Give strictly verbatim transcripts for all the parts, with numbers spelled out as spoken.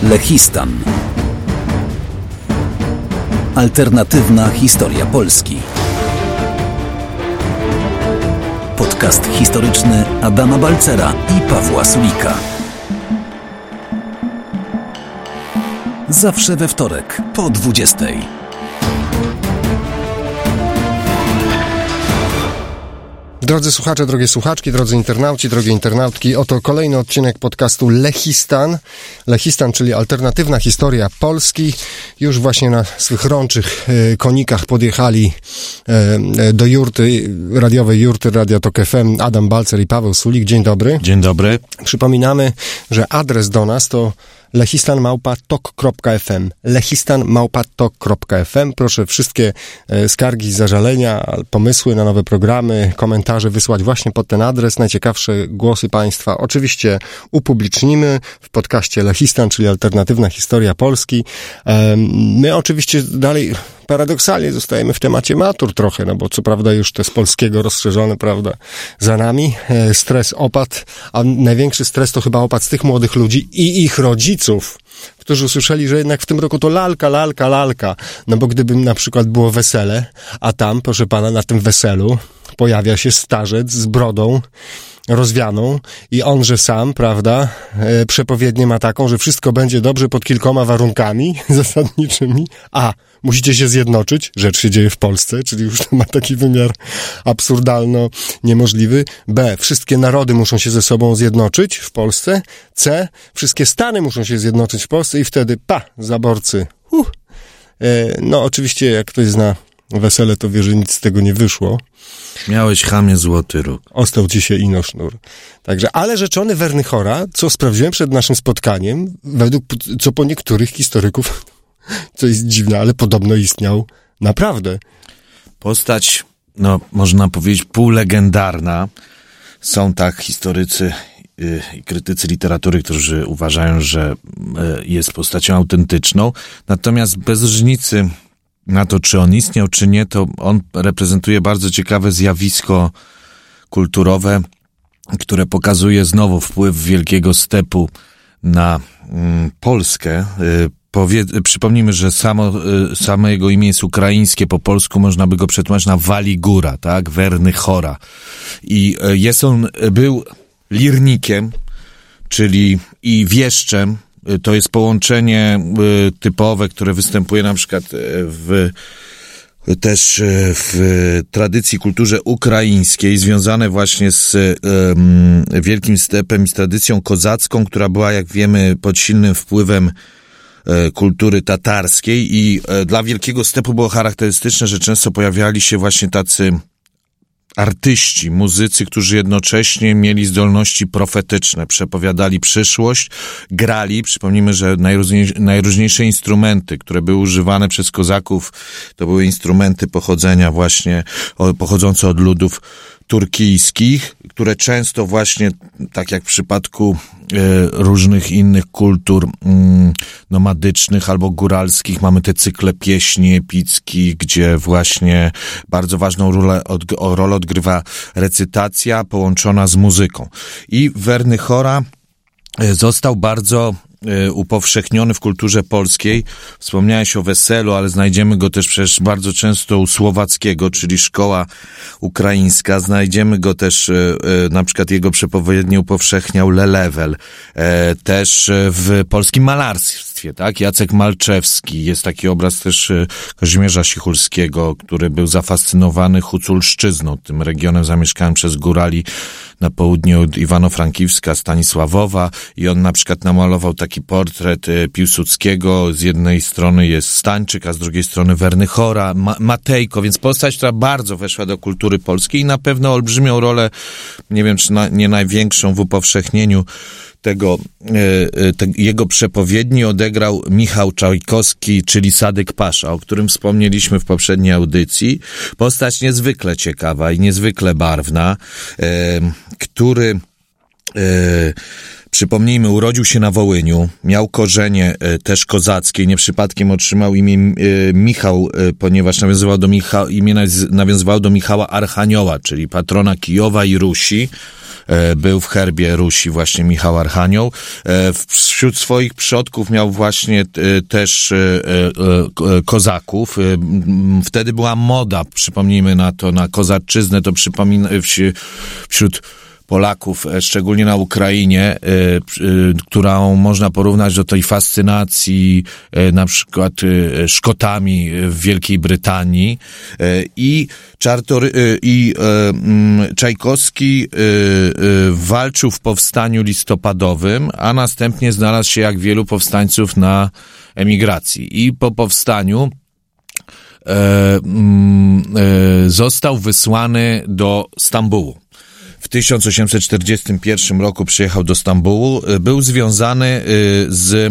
Lechistan. Alternatywna historia Polski. Podcast historyczny Adama Balcera i Pawła Sulika. Zawsze we wtorek po dwudziestej. Drodzy słuchacze, drogie słuchaczki, drodzy internauci, drogie internautki, oto kolejny odcinek podcastu Lechistan. Lechistan, czyli alternatywna historia Polski. Już właśnie na swych rączych e, konikach podjechali e, do jurty, radiowej jurty Radia Tok F M Adam Balcer i Paweł Sulik. Dzień dobry. Dzień dobry. Przypominamy, że adres do nas to lechistan małpa tok kropka f m. lechistan małpa tok kropka f m. Proszę wszystkie e, skargi, zażalenia, pomysły na nowe programy, komentarze wysłać właśnie pod ten adres. Najciekawsze głosy Państwa oczywiście upublicznimy w podcaście Lechistan, czyli alternatywna historia Polski. E, my oczywiście dalej paradoksalnie zostajemy w temacie matur trochę, no bo co prawda już te z polskiego rozszerzone, prawda, za nami. E, stres opadł, a największy stres to chyba opadł z tych młodych ludzi i ich rodziców, którzy usłyszeli, że jednak w tym roku to lalka, lalka, lalka. No bo gdyby na przykład było wesele, a tam, proszę pana, na tym weselu pojawia się starzec z brodą rozwianą i onże sam, prawda, e, przepowiednię ma taką, że wszystko będzie dobrze pod kilkoma warunkami zasadniczymi. A, musicie się zjednoczyć, rzecz się dzieje w Polsce, czyli już to ma taki wymiar absurdalno niemożliwy. B, wszystkie narody muszą się ze sobą zjednoczyć w Polsce. C, wszystkie stany muszą się zjednoczyć w Polsce i wtedy, pa, zaborcy. Uh. E, no oczywiście, jak ktoś zna wesele, to wie, że nic z tego nie wyszło. Miałeś, chamie, złoty róg. Ostał ci się ino sznur. Także, ale rzeczony Wernychora, co sprawdziłem przed naszym spotkaniem, według, co po niektórych historyków, co jest dziwne, ale podobno istniał naprawdę. Postać, no, można powiedzieć, półlegendarna. Są tak historycy i krytycy literatury, którzy uważają, że jest postacią autentyczną. Natomiast bez różnicy na to, czy on istniał, czy nie, to on reprezentuje bardzo ciekawe zjawisko kulturowe, które pokazuje znowu wpływ Wielkiego Stepu na mm, Polskę. Y, powie, przypomnijmy, że samo, y, samo jego imię jest ukraińskie, po polsku można by go przetłumaczyć na Waligura, tak? Wernychora. I y, jest on, był lirnikiem, czyli i wieszczem. To jest połączenie y, typowe, które występuje na przykład w, też w tradycji, kulturze ukraińskiej, związane właśnie z y, y, Wielkim Stepem i z tradycją kozacką, która była, jak wiemy, pod silnym wpływem y, kultury tatarskiej i y, dla Wielkiego Stepu było charakterystyczne, że często pojawiali się właśnie tacy artyści, muzycy, którzy jednocześnie mieli zdolności profetyczne, przepowiadali przyszłość, grali, przypomnijmy, że najróżniejsze, najróżniejsze instrumenty, które były używane przez kozaków, to były instrumenty pochodzenia właśnie, pochodzące od ludów turkijskich, które często właśnie, tak jak w przypadku e, różnych innych kultur mm, nomadycznych albo góralskich, mamy te cykle pieśni epickich, gdzie właśnie bardzo ważną rolę, od, o, rolę odgrywa recytacja połączona z muzyką. I Wernychora e, został bardzo upowszechniony w kulturze polskiej. Wspomniałeś o weselu, ale znajdziemy go też przecież bardzo często u Słowackiego, czyli szkoła ukraińska. Znajdziemy go też, na przykład jego przepowiednie upowszechniał Lelewel. Też w polskim malarstwie, tak? Jacek Malczewski. Jest taki obraz też Kazimierza Sichulskiego, który był zafascynowany Huculszczyzną, tym regionem zamieszkanym przez górali na południu od Iwano-Frankiwska, Stanisławowa, i on na przykład namalował taki portret Piłsudskiego. Z jednej strony jest Stańczyk, a z drugiej strony Wernychora, Ma- Matejko, więc postać, która bardzo weszła do kultury polskiej i na pewno olbrzymią rolę, nie wiem czy na, nie największą, w upowszechnieniu tego, te, jego przepowiedni odegrał Michał Czajkowski, czyli Sadyk Pasza, o którym wspomnieliśmy w poprzedniej audycji. Postać niezwykle ciekawa i niezwykle barwna, e, który e, przypomnijmy, urodził się na Wołyniu, miał korzenie e, też kozackie, nie przypadkiem otrzymał imię e, Michał, e, ponieważ nawiązywał do Micha- imię nawiązywał do Michała Archanioła, czyli patrona Kijowa i Rusi. był w herbie Rusi właśnie Michał Archanioł. Wśród swoich przodków miał właśnie też kozaków. Wtedy była moda, przypomnijmy na to, na kozaczyznę, to przypomina wśród Polaków, szczególnie na Ukrainie, y, y, którą można porównać do tej fascynacji y, na przykład y, Szkotami w Wielkiej Brytanii y, i Czartory, y, i y, y, Czajkowski y, y, walczył w powstaniu listopadowym, a następnie znalazł się jak wielu powstańców na emigracji i po powstaniu y, y, y, został wysłany do Stambułu. W tysiąc osiemset czterdziestym pierwszym roku przyjechał do Stambułu. Był związany z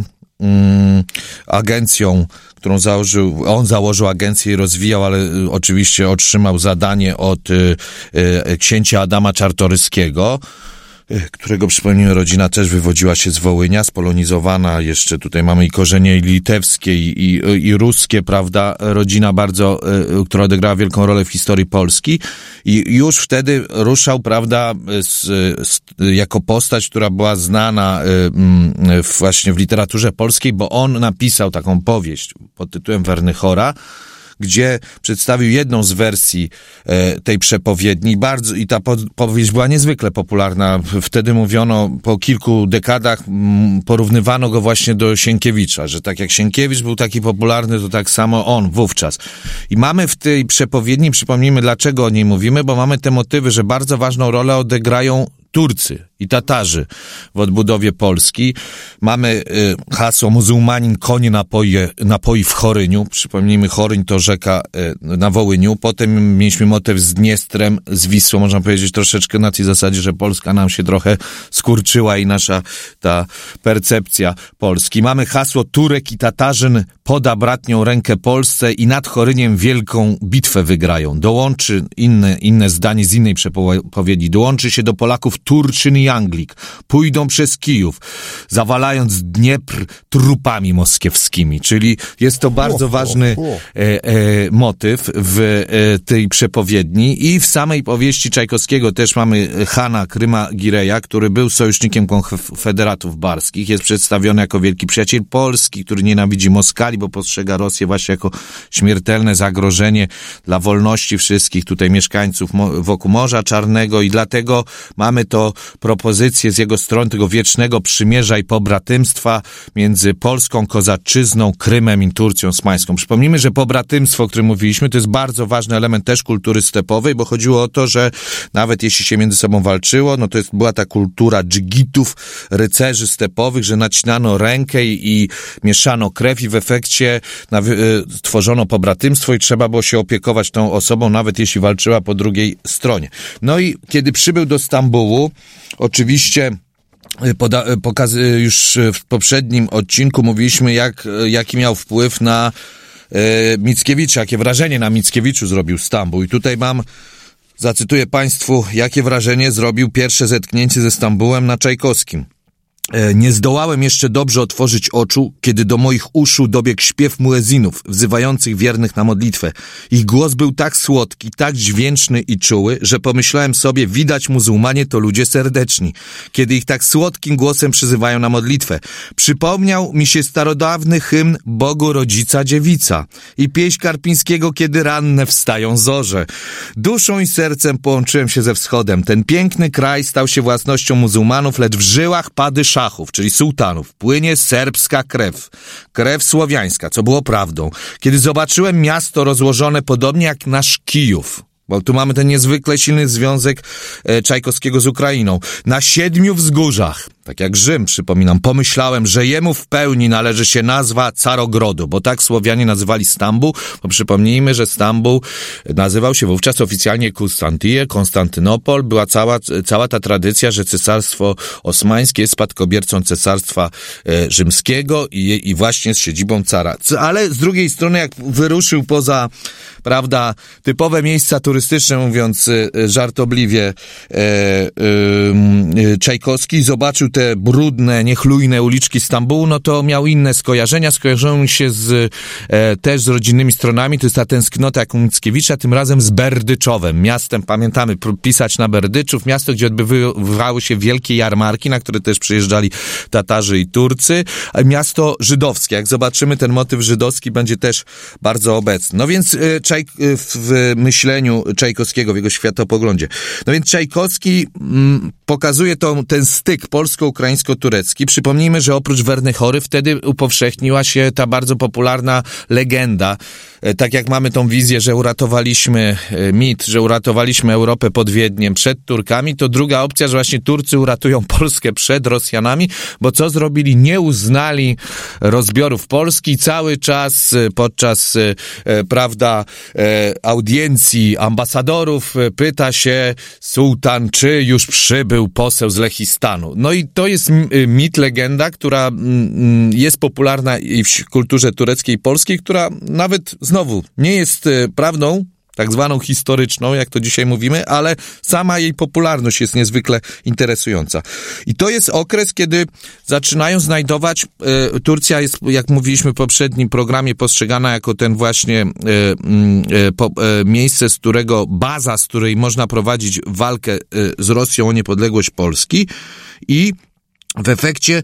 mm, agencją, którą założył, on założył agencję i rozwijał, ale oczywiście otrzymał zadanie od y, y, księcia Adama Czartoryskiego, którego, przypomnijmy, rodzina też wywodziła się z Wołynia, spolonizowana, jeszcze tutaj mamy i korzenie litewskie i, i, i ruskie, prawda, rodzina bardzo, y, która odegrała wielką rolę w historii Polski i już wtedy ruszał, prawda, z, z, jako postać, która była znana y, y, właśnie w literaturze polskiej, bo on napisał taką powieść pod tytułem Wernychora, gdzie przedstawił jedną z wersji e, tej przepowiedni bardzo i ta po, powieść była niezwykle popularna. Wtedy mówiono, po kilku dekadach m, porównywano go właśnie do Sienkiewicza, że tak jak Sienkiewicz był taki popularny, to tak samo on wówczas. I mamy w tej przepowiedni, przypomnijmy, dlaczego o niej mówimy, bo mamy te motywy, że bardzo ważną rolę odegrają Turcy i Tatarzy w odbudowie Polski. Mamy y, hasło muzułmanin konie napoje, napoi w Choryniu. Przypomnijmy, Choryń to rzeka y, na Wołyniu. Potem mieliśmy motyw z Dniestrem, z Wisłą, można powiedzieć troszeczkę na tej zasadzie, że Polska nam się trochę skurczyła i nasza ta percepcja Polski. Mamy hasło Turek i Tatarzyn poda bratnią rękę Polsce i nad Choryniem wielką bitwę wygrają. Dołączy inne, inne zdanie z innej przepowiedni. Dołączy się do Polaków Turczyn i Anglik. Pójdą przez Kijów, zawalając Dniepr trupami moskiewskimi. Czyli jest to bardzo ważny e, e, motyw w e, tej przepowiedni i w samej powieści Czajkowskiego też mamy Hana Kryma Gireja, który był sojusznikiem konfederatów barskich. Jest przedstawiony jako wielki przyjaciel Polski, który nienawidzi Moskali, bo postrzega Rosję właśnie jako śmiertelne zagrożenie dla wolności wszystkich tutaj mieszkańców wokół Morza Czarnego i dlatego mamy to propozycję z jego strony tego wiecznego przymierza i pobratymstwa między Polską, Kozaczyzną, Krymem i Turcją Osmańską. Przypomnijmy, że pobratymstwo, o którym mówiliśmy, to jest bardzo ważny element też kultury stepowej, bo chodziło o to, że nawet jeśli się między sobą walczyło, no to jest, była ta kultura dżigitów, rycerzy stepowych, że nacinano rękę i, i mieszano krew i w efekcie na, y, tworzono pobratymstwo i trzeba było się opiekować tą osobą, nawet jeśli walczyła po drugiej stronie. No i kiedy przybył do Stambułu, oczywiście poda, pokaz, już w poprzednim odcinku mówiliśmy, jak, jaki miał wpływ na e, Mickiewicza, jakie wrażenie na Mickiewiczu zrobił Stambuł. I tutaj mam, zacytuję Państwu, jakie wrażenie zrobił pierwsze zetknięcie ze Stambułem na Czajkowskim. Nie zdołałem jeszcze dobrze otworzyć oczu, kiedy do moich uszu dobiegł śpiew muezinów, wzywających wiernych na modlitwę. Ich głos był tak słodki, tak dźwięczny i czuły, że pomyślałem sobie, widać muzułmanie to ludzie serdeczni, kiedy ich tak słodkim głosem przyzywają na modlitwę. Przypomniał mi się starodawny hymn Bogu Rodzica Dziewica i pieśń Karpińskiego, kiedy ranne wstają zorze. Duszą i sercem połączyłem się ze wschodem. Ten piękny kraj stał się własnością muzułmanów, lecz w żyłach pady szachów, czyli sułtanów, płynie serbska krew, krew słowiańska, co było prawdą. Kiedy zobaczyłem miasto rozłożone podobnie jak nasz Kijów, bo tu mamy ten niezwykle silny związek e, Czajkowskiego z Ukrainą, na siedmiu wzgórzach, tak jak Rzym, przypominam, pomyślałem, że jemu w pełni należy się nazwa Carogrodu, bo tak Słowianie nazywali Stambuł, bo przypomnijmy, że Stambuł nazywał się wówczas oficjalnie Konstantyje, Konstantynopol, była cała, cała ta tradycja, że Cesarstwo Osmańskie jest spadkobiercą Cesarstwa e, Rzymskiego i, i właśnie z siedzibą cara. Ale z drugiej strony, jak wyruszył poza, prawda, typowe miejsca turystyczne, mówiąc e, żartobliwie, e, e, Czajkowski, zobaczył te brudne, niechlujne uliczki Stambułu, no to miał inne skojarzenia. Skojarzyły mi się z, e, też z rodzinnymi stronami. To jest ta tęsknota jak u Mickiewicza, tym razem z Berdyczowem. Miastem, pamiętamy, pisać na Berdyczów, miasto, gdzie odbywały się wielkie jarmarki, na które też przyjeżdżali Tatarzy i Turcy. Miasto żydowskie. Jak zobaczymy, ten motyw żydowski będzie też bardzo obecny. No więc e, Czaj, w myśleniu Czajkowskiego, w jego światopoglądzie. No więc Czajkowski mm, pokazuje tą, ten styk polsko-ukraińsko-turecki. Przypomnijmy, że oprócz Werny Chory wtedy upowszechniła się ta bardzo popularna legenda. Tak jak mamy tą wizję, że uratowaliśmy mit, że uratowaliśmy Europę pod Wiedniem przed Turkami, to druga opcja, że właśnie Turcy uratują Polskę przed Rosjanami, bo co zrobili? Nie uznali rozbiorów Polski. Cały czas podczas, prawda, audiencji ambasadorów pyta się sułtan, czy już przybył poseł z Lechistanu. No i to jest mit, legenda, która jest popularna i w kulturze tureckiej i polskiej, która nawet znowu nie jest prawdą, tak zwaną historyczną, jak to dzisiaj mówimy, ale sama jej popularność jest niezwykle interesująca. I to jest okres, kiedy zaczynają znajdować, e, Turcja jest, jak mówiliśmy w poprzednim programie, postrzegana jako ten właśnie e, e, po, e, miejsce, z którego, baza, z której można prowadzić walkę e, z Rosją o niepodległość Polski i w efekcie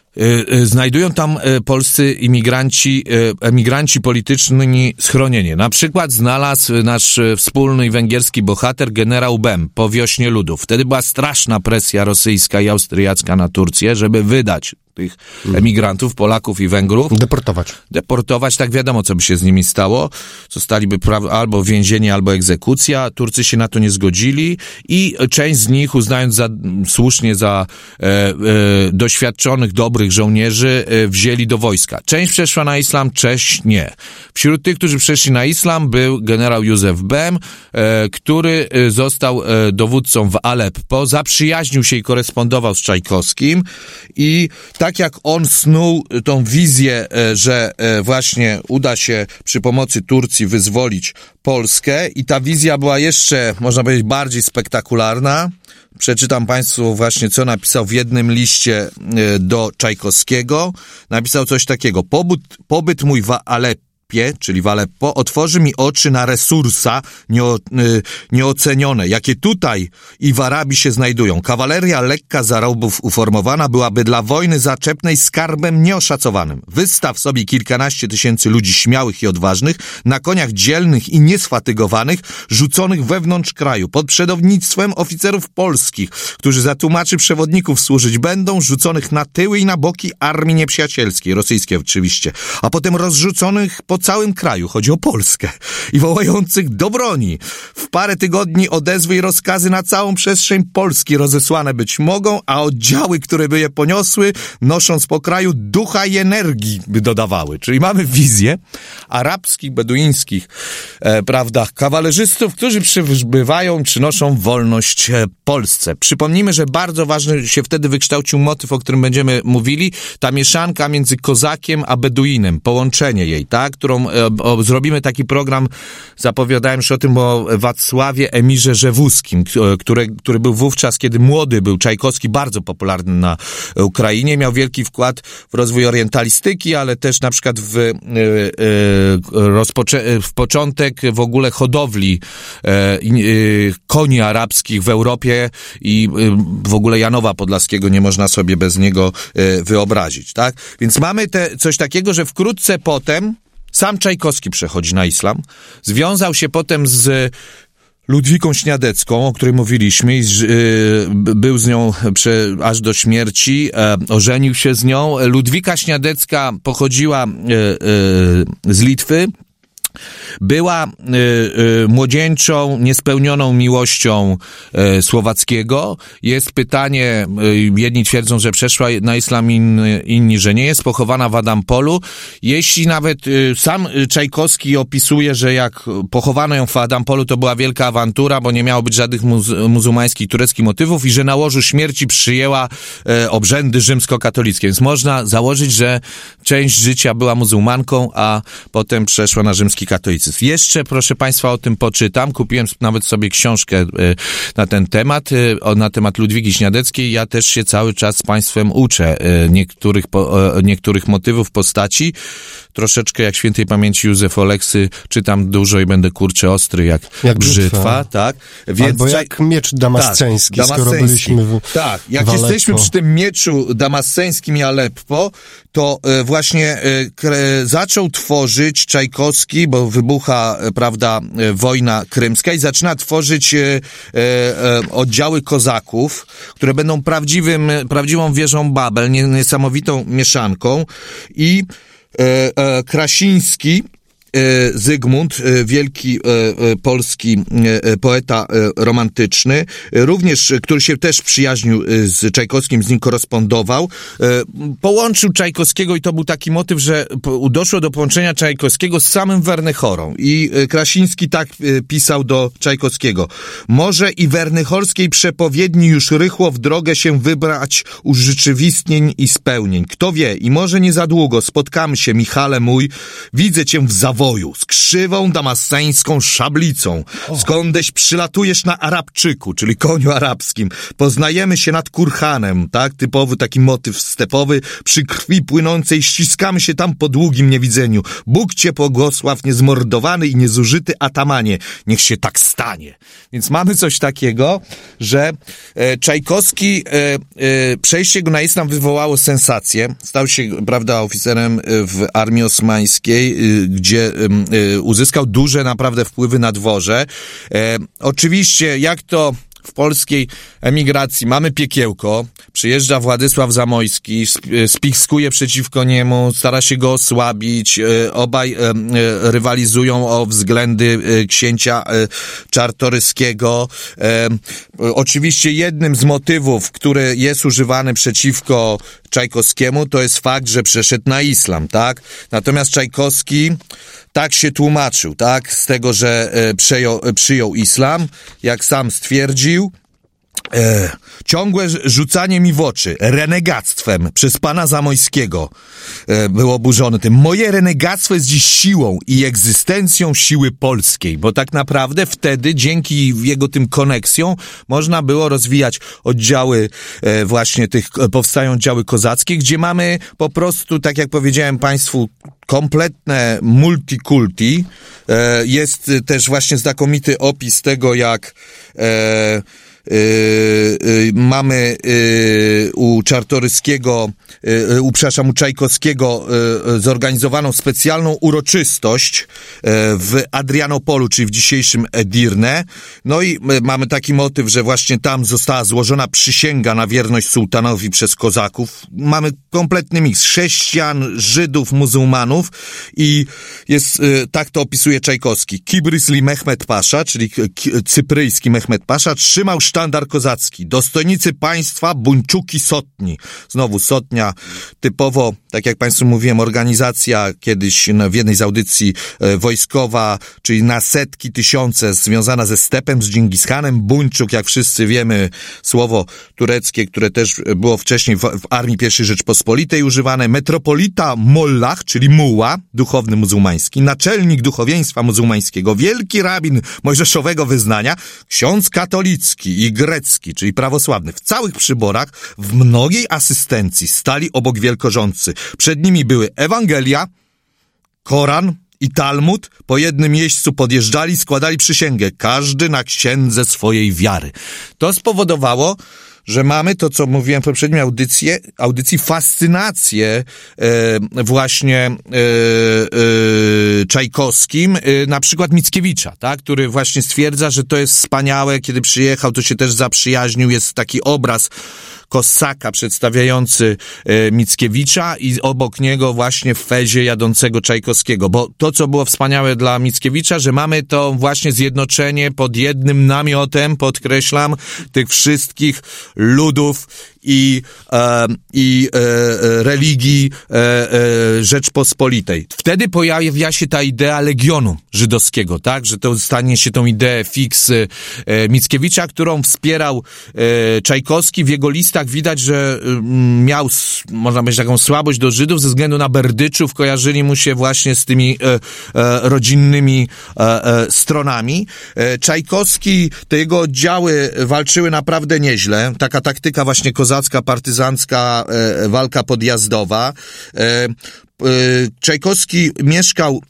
znajdują tam polscy imigranci, emigranci polityczni schronienie. Na przykład znalazł nasz wspólny węgierski bohater generał Bem po wiośnie ludów. Wtedy była straszna presja rosyjska i austriacka na Turcję, żeby wydać tych emigrantów, Polaków i Węgrów. Deportować. Deportować, tak wiadomo, co by się z nimi stało. Zostaliby pra- albo więzienie, albo egzekucja. Turcy się na to nie zgodzili i część z nich, uznając za, słusznie za e, e, doświadczonych, dobrych żołnierzy, e, wzięli do wojska. Część przeszła na islam, część nie. Wśród tych, którzy przeszli na islam, był generał Józef Bem, e, który został e, dowódcą w Aleppo, zaprzyjaźnił się i korespondował z Czajkowskim i tak jak on snuł tą wizję, że właśnie uda się przy pomocy Turcji wyzwolić Polskę i ta wizja była jeszcze, można powiedzieć, bardziej spektakularna. Przeczytam Państwu właśnie, co napisał w jednym liście do Czajkowskiego. Napisał coś takiego. Pobyt, pobyt mój w Aleppo, czyli w Aleppo, otworzy mi oczy na resursa nieo, y, nieocenione, jakie tutaj i w Arabii się znajdują. Kawaleria lekka z Arabów uformowana byłaby dla wojny zaczepnej skarbem nieoszacowanym. Wystaw sobie kilkanaście tysięcy ludzi śmiałych i odważnych, na koniach dzielnych i niesfatygowanych, rzuconych wewnątrz kraju, pod przewodnictwem oficerów polskich, którzy za tłumaczy przewodników służyć będą, rzuconych na tyły i na boki armii nieprzyjacielskiej, rosyjskiej oczywiście, a potem rozrzuconych po całym kraju, chodzi o Polskę, i wołających do broni. W parę tygodni odezwy i rozkazy na całą przestrzeń Polski rozesłane być mogą, a oddziały, które by je poniosły, nosząc po kraju ducha i energii, by dodawały. Czyli mamy wizję arabskich, beduińskich, e, prawda, kawalerzystów, którzy przybywają, przynoszą wolność e, Polsce. Przypomnijmy, że bardzo ważny się wtedy wykształcił motyw, o którym będziemy mówili, ta mieszanka między kozakiem a beduinem, połączenie jej, tak, którą e, o, zrobimy taki program, zapowiadałem już o tym, o Wacławie Emirze Rzewuskim, który, który był wówczas, kiedy młody był Czajkowski, bardzo popularny na Ukrainie, miał wielki wkład w rozwój orientalistyki, ale też na przykład w, e, e, rozpoczę- w początek w ogóle hodowli e, e, koni arabskich w Europie i e, w ogóle Janowa Podlaskiego nie można sobie bez niego e, wyobrazić, tak? Więc mamy te, coś takiego, że wkrótce potem sam Czajkowski przechodzi na islam, związał się potem z Ludwiką Śniadecką, o której mówiliśmy, i z, y, był z nią prze, aż do śmierci, e, ożenił się z nią. Ludwika Śniadecka pochodziła y, y, z Litwy. Była y, y, młodzieńczą, niespełnioną miłością y, Słowackiego. Jest pytanie, y, jedni twierdzą, że przeszła na islam, inni, inni że nie. Jest pochowana w Adampolu. Jeśli nawet y, sam Czajkowski opisuje, że jak pochowano ją w Adampolu, to była wielka awantura, bo nie miało być żadnych muzu- muzułmańskich, tureckich motywów i że na łożu śmierci przyjęła y, obrzędy rzymskokatolickie. Więc można założyć, że część życia była muzułmanką, a potem przeszła na rzymski katolicyzm. Jeszcze, proszę Państwa, o tym poczytam. Kupiłem nawet sobie książkę na ten temat, na temat Ludwigi Śniadeckiej. Ja też się cały czas z Państwem uczę niektórych, niektórych motywów postaci. Troszeczkę jak świętej pamięci Józef Oleksy czytam dużo i będę, kurczę, ostry jak, jak brzytwa. brzytwa, tak? Więc albo jak miecz damasceński, tak, skoro damasceński. byliśmy w Tak, jak w jesteśmy przy tym mieczu damasceńskim i Aleppo, to e, właśnie e, kre, zaczął tworzyć Czajkowski, bo wybucha, e, prawda, e, wojna krymska i zaczyna tworzyć e, e, oddziały kozaków, które będą prawdziwym, prawdziwą wieżą Babel, niesamowitą mieszanką i e, e, Krasiński, Zygmunt, wielki polski poeta romantyczny, również, który się też przyjaźnił z Czajkowskim, z nim korespondował, połączył Czajkowskiego i to był taki motyw, że doszło do połączenia Czajkowskiego z samym Wernychorą i Krasiński tak pisał do Czajkowskiego: może i wernychorskiej przepowiedni już rychło w drogę się wybrać urzeczywistnień i spełnień. Kto wie, i może nie za długo spotkamy się, Michale mój, widzę cię w zawodzie z krzywą damasceńską szablicą. Skądeś przylatujesz na Arabczyku, czyli koniu arabskim. Poznajemy się nad Kurhanem, tak? Typowy taki motyw stepowy. Przy krwi płynącej ściskamy się tam po długim niewidzeniu. Bóg cię błogosław, niezmordowany i niezużyty atamanie. Niech się tak stanie. Więc mamy coś takiego, że e, Czajkowski, e, e, przejście go na islam wywołało sensację. Stał się, prawda, oficerem w armii osmańskiej, e, gdzie uzyskał duże naprawdę wpływy na dworze. E, oczywiście, jak to w polskiej emigracji, mamy piekiełko, przyjeżdża Władysław Zamojski, spiskuje przeciwko niemu, stara się go osłabić, e, obaj e, e, rywalizują o względy e, księcia e, Czartoryskiego. E, oczywiście jednym z motywów, który jest używany przeciwko Czajkowskiemu, to jest fakt, że przeszedł na islam, tak? Natomiast Czajkowski tak się tłumaczył, tak? Z tego, że e, przejął, e, przyjął islam, jak sam stwierdził, e, ciągłe rzucanie mi w oczy renegactwem przez pana Zamojskiego e, był oburzony tym. Moje renegactwo jest dziś siłą i egzystencją siły polskiej, bo tak naprawdę wtedy dzięki jego tym koneksjom można było rozwijać oddziały e, właśnie tych, powstają oddziały kozackie, gdzie mamy po prostu, tak jak powiedziałem państwu, kompletne multikulti. E, jest też właśnie znakomity opis tego, jak e, Yy, yy, mamy yy, u Czartoryskiego, yy, u, przepraszam, u Czajkowskiego yy, zorganizowaną specjalną uroczystość yy, w Adrianopolu, czyli w dzisiejszym Edirne. No i yy, mamy taki motyw, że właśnie tam została złożona przysięga na wierność sułtanowi przez kozaków. Mamy kompletny miks chrześcijan, Żydów, muzułmanów i jest, yy, tak to opisuje Czajkowski. Kibrisli Mehmed Pasza, czyli k- cypryjski Mehmed Pasza, trzymał sztandar kozacki. Dostojnicy państwa, buńczuki sotni. Znowu sotnia, typowo, tak jak państwu mówiłem, organizacja kiedyś no, w jednej z audycji e, wojskowa, czyli na setki, tysiące, związana ze stepem, z Dżingis-Hanem. Buńczuk, jak wszyscy wiemy, słowo tureckie, które też było wcześniej w, w armii pierwszej Rzeczpospolitej używane. Metropolita Mollah, czyli muła, duchowny muzułmański, naczelnik duchowieństwa muzułmańskiego, wielki rabin mojżeszowego wyznania, ksiądz katolicki i grecki, czyli prawosławny, w całych przyborach, w mnogiej asystencji stali obok wielkorządcy. Przed nimi były Ewangelia, Koran i Talmud. Po jednym miejscu podjeżdżali, składali przysięgę, każdy na księdze swojej wiary. To spowodowało, że mamy to, co mówiłem w poprzedniej audycji, audycji fascynację e, właśnie e, e, Czajkowskim, e, na przykład Mickiewicza, tak, który właśnie stwierdza, że to jest wspaniałe, kiedy przyjechał, to się też zaprzyjaźnił, jest taki obraz Kosaka przedstawiający e, Mickiewicza i obok niego właśnie w fezie jadącego Czajkowskiego, bo to, co było wspaniałe dla Mickiewicza, że mamy to właśnie zjednoczenie pod jednym namiotem, podkreślam, tych wszystkich ludów i, e, i e, religii e, e, Rzeczpospolitej. Wtedy pojawia się ta idea Legionu Żydowskiego, tak, że to stanie się tą ideę fix e, Mickiewicza, którą wspierał e, Czajkowski. W jego listach widać, że e, miał, można powiedzieć, taką słabość do Żydów ze względu na Berdyczów, kojarzyli mu się właśnie z tymi e, e, rodzinnymi e, e, stronami. E, Czajkowski, te jego oddziały walczyły naprawdę nieźle. Taka taktyka właśnie kozacka, partyzancka, e, walka podjazdowa. E, e, Czajkowski mieszkał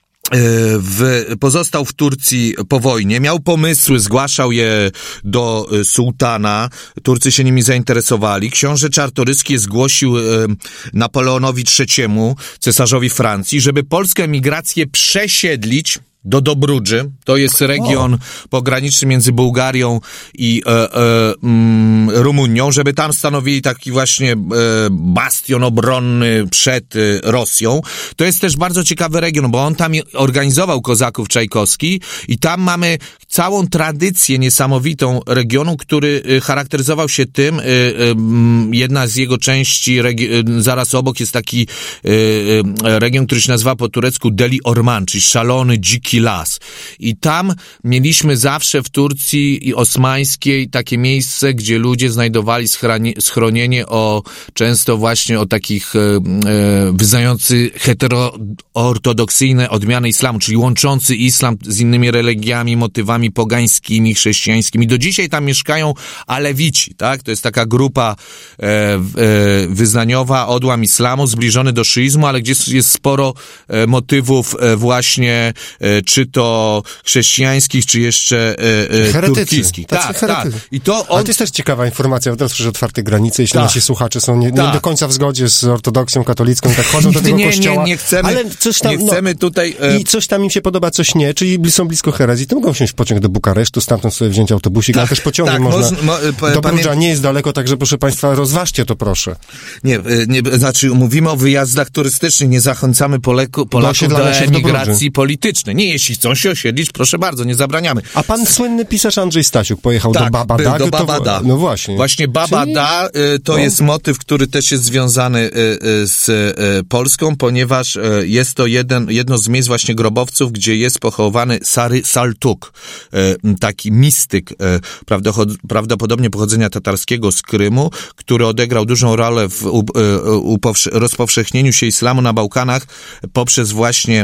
W, pozostał w Turcji po wojnie, miał pomysły, zgłaszał je do sułtana, Turcy się nimi zainteresowali. Książę Czartoryski zgłosił e, Napoleonowi trzeciemu, cesarzowi Francji, żeby polską emigrację przesiedlić do Dobrudży. To jest region o. pograniczny między Bułgarią i e, e, mm, Rumunią, żeby tam stanowili taki właśnie e, bastion obronny przed e, Rosją. To jest też bardzo ciekawy region, bo on tam organizował kozaków Czajkowski i tam mamy całą tradycję niesamowitą regionu, który e, charakteryzował się tym, e, e, jedna z jego części, regi- e, zaraz obok jest taki e, e, region, który się nazywa po turecku Deli Orman, czyli szalony, dziki las. I tam mieliśmy zawsze w Turcji osmańskiej takie miejsce, gdzie ludzie znajdowali schrani- schronienie o, często właśnie o takich e, wyznający heteroortodoksyjne odmiany islamu, czyli łączący islam z innymi religiami, motywami pogańskimi, chrześcijańskimi. Do dzisiaj tam mieszkają Alewici, tak? To jest taka grupa e, e, wyznaniowa, odłam islamu, zbliżony do szyizmu, ale gdzie jest sporo e, motywów e, właśnie e, czy to chrześcijańskich, czy jeszcze e, e, turkickich. Tak, tak. I to on... Ale to jest też ciekawa informacja, teraz przy otwarte granice, jeśli tak. nasi słuchacze są nie, nie do końca w zgodzie z ortodoksją katolicką, tak chodzą do tego nie, kościoła. Nie, nie chcemy, ale coś tam, nie chcemy no, tutaj... E... I coś tam im się podoba, coś nie, czyli są blisko herezji, to mogą wsiąść w pociąg do Bukaresztu, stamtąd sobie wziąć autobusik, tak, ale też pociągiem tak, można... Mo, mo, do Brudża nie jest daleko, także proszę państwa, rozważcie to proszę. Nie, nie, znaczy mówimy o wyjazdach turystycznych, nie zachęcamy Poleku, Polaków do, do emigracji politycznej. Nie, jeśli chcą się osiedlić, proszę bardzo, nie zabraniamy. A pan słynny pisarz Andrzej Stasiuk pojechał tak, do Babada. do Babada. To, no właśnie. Właśnie Babada Czyli... to no. jest motyw, który też jest związany z Polską, ponieważ jest to jeden, jedno z miejsc właśnie grobowców, gdzie jest pochowany Sary Saltuk, taki mistyk, prawdopodobnie pochodzenia tatarskiego z Krymu, który odegrał dużą rolę w rozpowszechnieniu się islamu na Bałkanach poprzez właśnie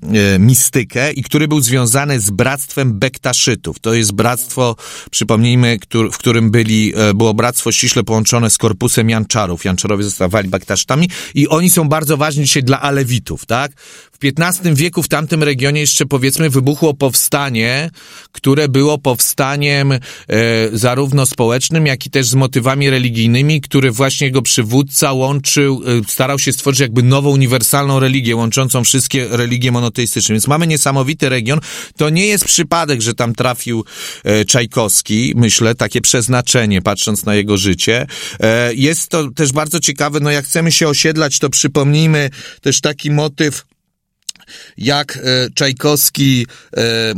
mistykę i który był związany z bractwem Bektaszytów. To jest bractwo, przypomnijmy, który, w którym byli, było bractwo ściśle połączone z korpusem Janczarów. Janczarowie zostawali Bektasztami i oni są bardzo ważni dzisiaj dla Alewitów, tak? W piętnastym wieku w tamtym regionie jeszcze, powiedzmy, wybuchło powstanie, które było powstaniem e, zarówno społecznym, jak i też z motywami religijnymi, który właśnie jego przywódca łączył, e, starał się stworzyć jakby nową, uniwersalną religię, łączącą wszystkie religie monoteistyczne. Więc mamy niesamowity region. To nie jest przypadek, że tam trafił e, Czajkowski, myślę, takie przeznaczenie, patrząc na jego życie. E, jest to też bardzo ciekawe, no jak chcemy się osiedlać, to przypomnijmy też taki motyw, jak e, Czajkowski e, e,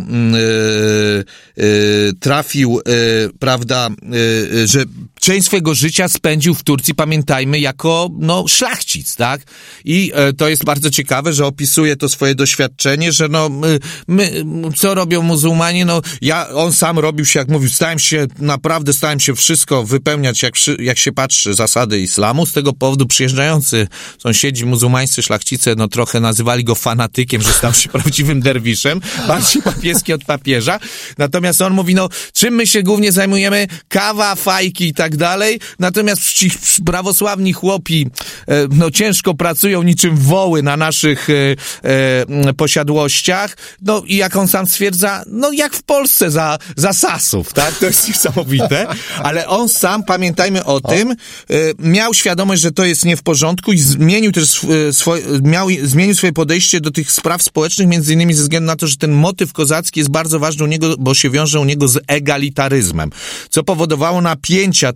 e, trafił, e, prawda, e, że część swojego życia spędził w Turcji, pamiętajmy, jako, no, szlachcic, tak? I e, to jest bardzo ciekawe, że opisuje to swoje doświadczenie, że no, my, my, co robią muzułmanie, no, ja, on sam robił się, jak mówił, stałem się, naprawdę stałem się wszystko wypełniać, jak, jak się patrzy, zasady islamu. Z tego powodu przyjeżdżający sąsiedzi muzułmańscy szlachcice, no, trochę nazywali go fanatykiem, że stał się prawdziwym derwiszem, bardziej papieski od papieża. Natomiast on mówi, no, czym my się głównie zajmujemy? Kawa, fajki i tak dalej. Natomiast ci prawosławni chłopi, e, no, ciężko pracują niczym woły na naszych e, e, posiadłościach. No, i jak on sam stwierdza, no, jak w Polsce za, za Sasów, tak? To jest niesamowite. Ale on sam, pamiętajmy o tym, e, miał świadomość, że to jest nie w porządku i zmienił też e, swoje, miał, zmienił swoje podejście do tych spraw społecznych, między innymi ze względu na to, że ten motyw kozacki jest bardzo ważny u niego, bo się wiąże u niego z egalitaryzmem, co powodowało napięcia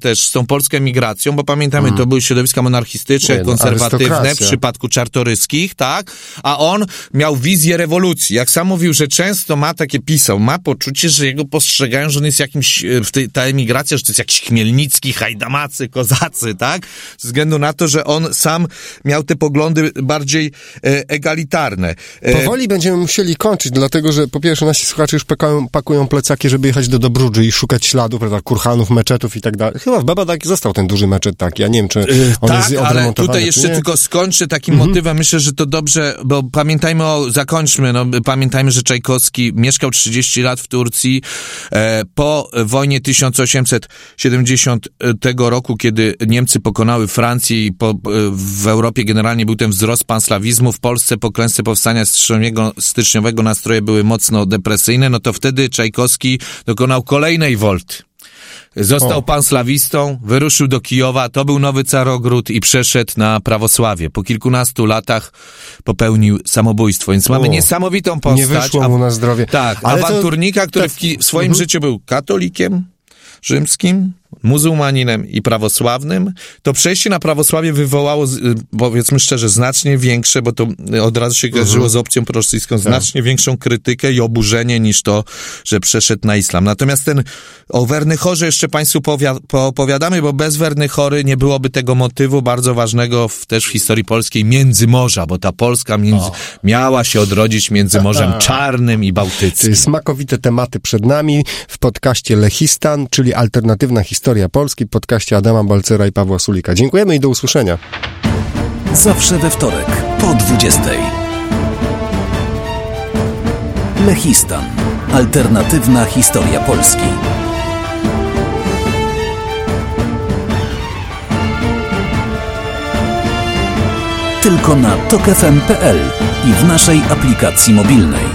też z tą polską emigracją, bo pamiętamy, mm. to były środowiska monarchistyczne, Nie, konserwatywne w przypadku Czartoryskich, tak? A on miał wizję rewolucji. Jak sam mówił, że często ma takie pisał, ma poczucie, że jego postrzegają, że on jest jakimś, w tej, ta emigracja, że to jest jakiś Chmielnicki, Hajdamacy, Kozacy, tak? Ze względu na to, że on sam miał te poglądy bardziej e, egalitarne. E, Powoli będziemy musieli kończyć, dlatego, że po pierwsze nasi słuchacze już pakują, pakują plecaki, żeby jechać do Dobrudży i szukać śladów, prawda, kurhanów, meczetów i tak dalej. Chyba w Babadak został ten duży meczet taki, ja nie wiem, czy on tak, jest ale tutaj jeszcze nie? tylko skończę takim mhm. motywem. Myślę, że to dobrze, bo pamiętajmy o, zakończmy, no, pamiętajmy, że Czajkowski mieszkał trzydzieści lat w Turcji. E, po wojnie tysiąc osiemset siedemdziesiątego roku, kiedy Niemcy pokonały Francję i po, w Europie generalnie był ten wzrost panslawizmu, w Polsce po klęsce powstania styczniowego, styczniowego nastroje były mocno depresyjne, no to wtedy Czajkowski dokonał kolejnej wolty. Został o. panslawistą, wyruszył do Kijowa, to był Nowy Carogród i przeszedł na prawosławie. Po kilkunastu latach popełnił samobójstwo, więc o. mamy niesamowitą postać. Nie wyszło mu na zdrowie. Tak, ale awanturnika, to, który tak, w, ki- w swoim mhm. życiu był katolikiem rzymskim, muzułmaninem i prawosławnym, to przejście na prawosławie wywołało, powiedzmy szczerze, znacznie większe, bo to od razu się kojarzyło uh-huh. z opcją prorosyjską, znacznie tak. większą krytykę i oburzenie niż to, że przeszedł na islam. Natomiast ten o Wernychorze jeszcze Państwu powia- poopowiadamy, bo bez Wernychory nie byłoby tego motywu bardzo ważnego w, też w historii polskiej Międzymorza, bo ta Polska między, miała się odrodzić między Morzem Czarnym i Bałtyckim. Smakowite tematy przed nami w podcaście Lechistan, czyli alternatywna historia Historia Polski, podcaście Adama Balcera i Pawła Sulika. Dziękujemy i do usłyszenia. Zawsze we wtorek po dwudziestej. Lechistan. Alternatywna historia Polski. Tylko na tok f m kropka p l i w naszej aplikacji mobilnej.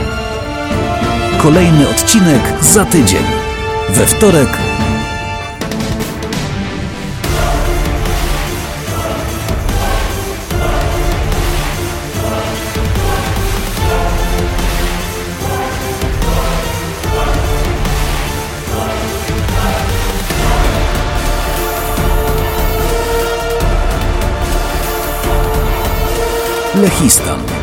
Kolejny odcinek za tydzień. We wtorek Lechistan.